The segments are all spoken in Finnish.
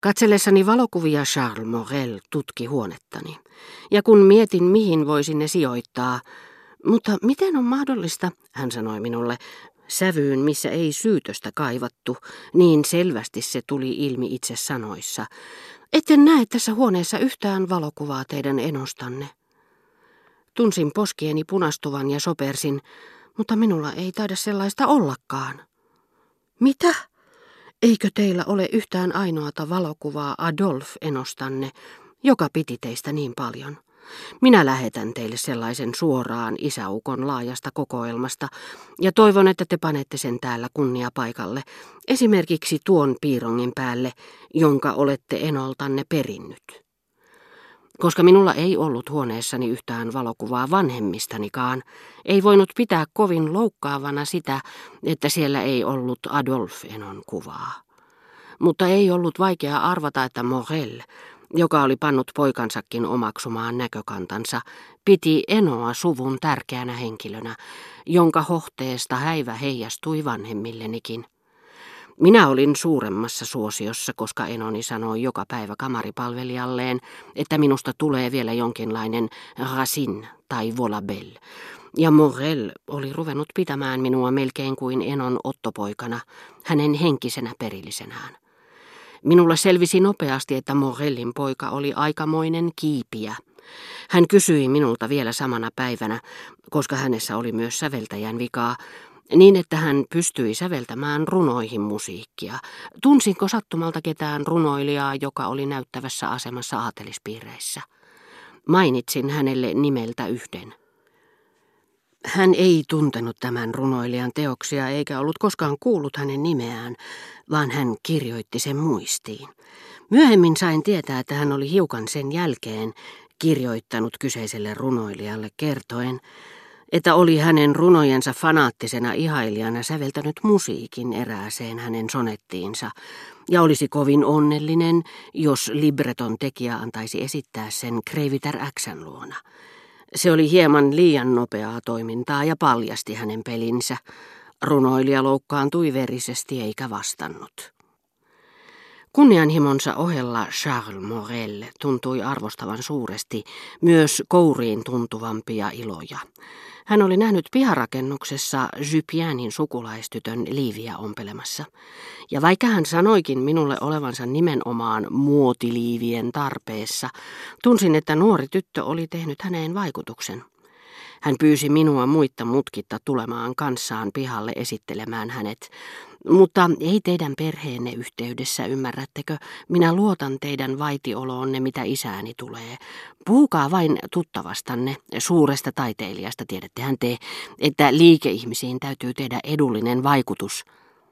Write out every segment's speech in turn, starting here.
Katsellessani valokuvia Charles Morel tutki huonettani, ja kun mietin mihin voisin ne sijoittaa, mutta miten on mahdollista, hän sanoi minulle, sävyyn missä ei syytöstä kaivattu, niin selvästi se tuli ilmi itse sanoissa. Etten näe tässä huoneessa yhtään valokuvaa teidän enostanne. Tunsin poskieni punastuvan ja sopersin, mutta minulla ei taida sellaista ollakaan. Mitä? Eikö teillä ole yhtään ainoata valokuvaa Adolf-enostanne, joka piti teistä niin paljon? Minä lähetän teille sellaisen suoraan isäukon laajasta kokoelmasta ja toivon, että te panette sen täällä kunniapaikalle, esimerkiksi tuon piirongin päälle, jonka olette enoltanne perinnyt. Koska minulla ei ollut huoneessani yhtään valokuvaa vanhemmistanikaan, ei voinut pitää kovin loukkaavana sitä, että siellä ei ollut Adolf-enon kuvaa. Mutta ei ollut vaikea arvata, että Morel, joka oli pannut poikansakin omaksumaan näkökantansa, piti enoa suvun tärkeänä henkilönä, jonka hohteesta häivä heijastui vanhemmillenikin. Minä olin suuremmassa suosiossa, koska enoni sanoi joka päivä kamaripalvelijalleen, että minusta tulee vielä jonkinlainen Racine tai Volabelle. Ja Morel oli ruvennut pitämään minua melkein kuin enon ottopoikana, hänen henkisenä perillisenään. Minulle selvisi nopeasti, että Morellin poika oli aikamoinen kiipiä. Hän kysyi minulta vielä samana päivänä, koska hänessä oli myös säveltäjän vikaa, niin että hän pystyi säveltämään runoihin musiikkia. Tunsinko sattumalta ketään runoilijaa, joka oli näyttävässä asemassa aatelispiireissä? Mainitsin hänelle nimeltä yhden. Hän ei tuntenut tämän runoilijan teoksia eikä ollut koskaan kuullut hänen nimeään, vaan hän kirjoitti sen muistiin. Myöhemmin sain tietää, että hän oli hiukan sen jälkeen kirjoittanut kyseiselle runoilijalle kertoen, että oli hänen runojensa fanaattisena ihailijana säveltänyt musiikin erääseen hänen sonettiinsa, ja olisi kovin onnellinen, jos libreton tekijä antaisi esittää sen Kreiviter X:n luona. Se oli hieman liian nopeaa toimintaa ja paljasti hänen pelinsä. Runoilija loukkaantui verisesti eikä vastannut. Kunnianhimonsa ohella Charles Morel tuntui arvostavan suuresti myös kouriin tuntuvampia iloja. Hän oli nähnyt piharakennuksessa Jupienin sukulaistytön liiviä ompelemassa. Ja vaikka hän sanoikin minulle olevansa nimenomaan muotiliivien tarpeessa, tunsin, että nuori tyttö oli tehnyt häneen vaikutuksen. Hän pyysi minua muitta mutkitta tulemaan kanssaan pihalle esittelemään hänet. Mutta ei teidän perheenne yhteydessä, ymmärrättekö? Minä luotan teidän vaitioloonne, mitä isääni tulee. Puhukaa vain tuttavastanne, suuresta taiteilijasta, tiedättehän te, että liikeihmisiin täytyy tehdä edullinen vaikutus.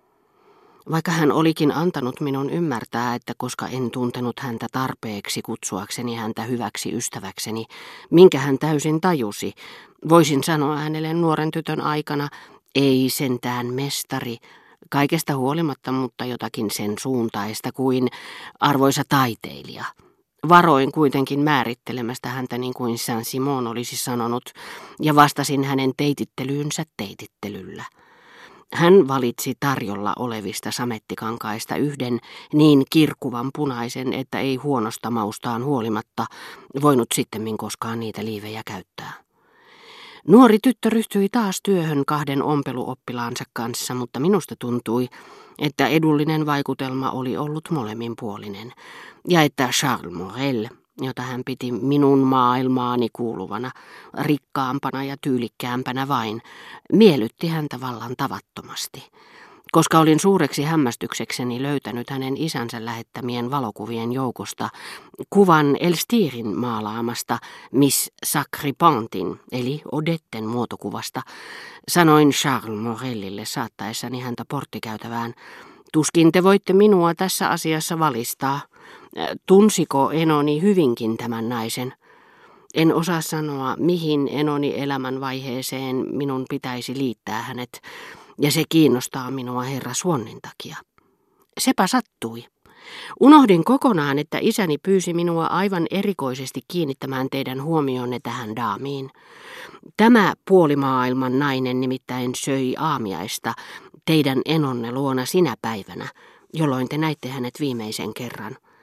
Vaikka hän olikin antanut minun ymmärtää, että koska en tuntenut häntä tarpeeksi kutsuakseni häntä hyväksi ystäväkseni, minkä hän täysin tajusi, voisin sanoa hänelle nuoren tytön aikana, ei sentään mestari, kaikesta huolimatta, mutta jotakin sen suuntaista kuin arvoisa taiteilija. Varoin kuitenkin määrittelemästä häntä niin kuin Saint-Simon olisi sanonut, ja vastasin hänen teitittelyynsä teitittelyllä. Hän valitsi tarjolla olevista samettikankaista yhden niin kirkuvan punaisen, että ei huonosta maustaan huolimatta voinut sittemmin koskaan niitä liivejä käyttää. Nuori tyttö ryhtyi taas työhön kahden ompeluoppilaansa kanssa, mutta minusta tuntui, että edullinen vaikutelma oli ollut molemminpuolinen, ja että Charles Morel, jota hän piti minun maailmaani kuuluvana, rikkaampana ja tyylikkäämpänä vain, miellytti häntä vallan tavattomasti. Koska olin suureksi hämmästyksekseni löytänyt hänen isänsä lähettämien valokuvien joukosta kuvan Elstirin maalaamasta Miss Sacripantin, eli Odetten muotokuvasta, sanoin Charles Morellille saattaessani häntä porttikäytävään, tuskin te voitte minua tässä asiassa valistaa. Tunsiko enoni hyvinkin tämän naisen? En osaa sanoa, mihin enoni elämänvaiheeseen minun pitäisi liittää hänet, ja se kiinnostaa minua herra Swannin takia. Sepä sattui. Unohdin kokonaan, että isäni pyysi minua aivan erikoisesti kiinnittämään teidän huomionne tähän daamiin. Tämä puolimaailman nainen nimittäin söi aamiaista teidän enonne luona sinä päivänä, jolloin te näitte hänet viimeisen kerran.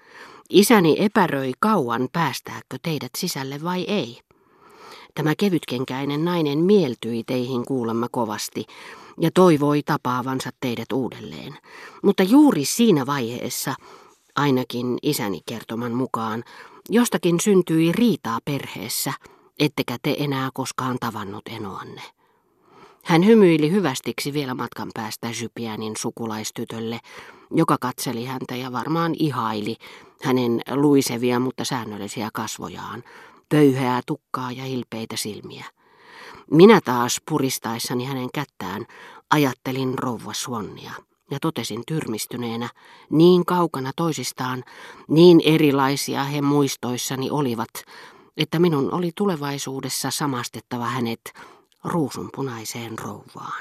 Isäni epäröi kauan päästääkö teidät sisälle vai ei. Tämä kevytkenkäinen nainen mieltyi teihin kuulemma kovasti ja toivoi tapaavansa teidät uudelleen. Mutta juuri siinä vaiheessa, ainakin isäni kertoman mukaan, jostakin syntyi riitaa perheessä, ettekä te enää koskaan tavannut enoanne. Hän hymyili hyvästiksi vielä matkan päästä Jypiänin sukulaistytölle, joka katseli häntä ja varmaan ihaili hänen luisevia, mutta säännöllisiä kasvojaan, pöyheää tukkaa ja hilpeitä silmiä. Minä taas puristaessani hänen kättään ajattelin rouva Swannia ja totesin tyrmistyneenä, niin kaukana toisistaan, niin erilaisia he muistoissani olivat, että minun oli tulevaisuudessa samastettava hänet ruusunpunaiseen rouvaan.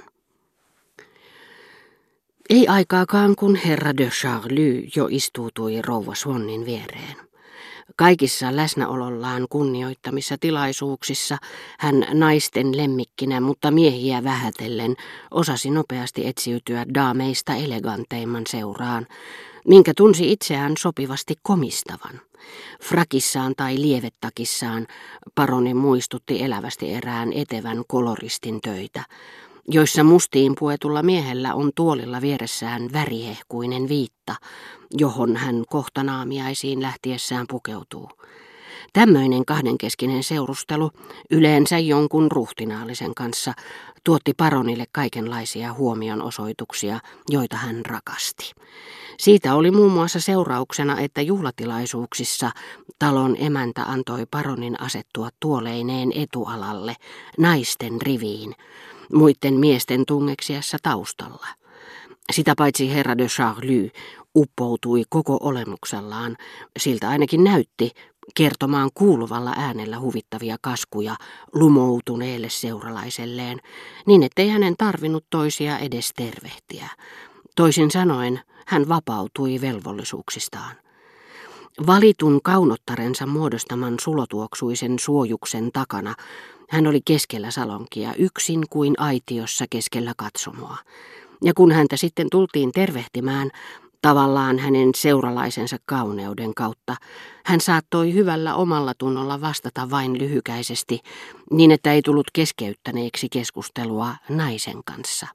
Ei aikaakaan, kun herra de Charlie jo istuutui rouva Swannin viereen. Kaikissa läsnäolollaan kunnioittamissa tilaisuuksissa hän naisten lemmikkinä, mutta miehiä vähätellen osasi nopeasti etsiytyä daameista eleganteimman seuraan, minkä tunsi itseään sopivasti komistavan. Frakissaan tai lievetakissaan paroni muistutti elävästi erään etevän koloristin töitä, joissa mustiin puetulla miehellä on tuolilla vieressään värihehkuinen viitta, johon hän kohta naamiaisiin lähtiessään pukeutuu. Tämmöinen kahdenkeskinen seurustelu, yleensä jonkun ruhtinaallisen kanssa, tuotti paronille kaikenlaisia huomionosoituksia, joita hän rakasti. Siitä oli muun muassa seurauksena, että juhlatilaisuuksissa talon emäntä antoi paronin asettua tuoleineen etualalle, naisten riviin, muiden miesten tungeksiassa taustalla. Sitä paitsi herra de Charlie uppoutui koko olemuksellaan, siltä ainakin näytti, kertomaan kuuluvalla äänellä huvittavia kaskuja lumoutuneelle seuralaiselleen, niin ettei hänen tarvinnut toisia edes tervehtiä. Toisin sanoen hän vapautui velvollisuuksistaan. Valitun kaunottarensa muodostaman sulotuoksuisen suojuksen takana hän oli keskellä salonkia, yksin kuin aitiossa keskellä katsomoa. Ja kun häntä sitten tultiin tervehtimään, tavallaan hänen seuralaisensa kauneuden kautta, hän saattoi hyvällä omalla tunnolla vastata vain lyhykäisesti, niin että ei tullut keskeyttäneeksi keskustelua naisen kanssa.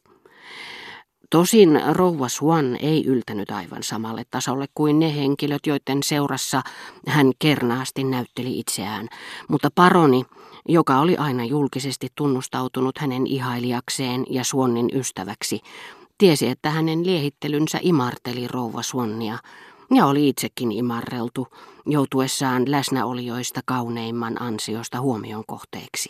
Tosin rouva Swan ei yltänyt aivan samalle tasolle kuin ne henkilöt, joiden seurassa hän kernaasti näytteli itseään, mutta paroni, joka oli aina julkisesti tunnustautunut hänen ihailijakseen ja Swannin ystäväksi, tiesi, että hänen liehittelynsä imarteli rouva Swannia ja oli itsekin imarreltu, joutuessaan läsnäolijoista kauneimman ansiosta huomion kohteeksi.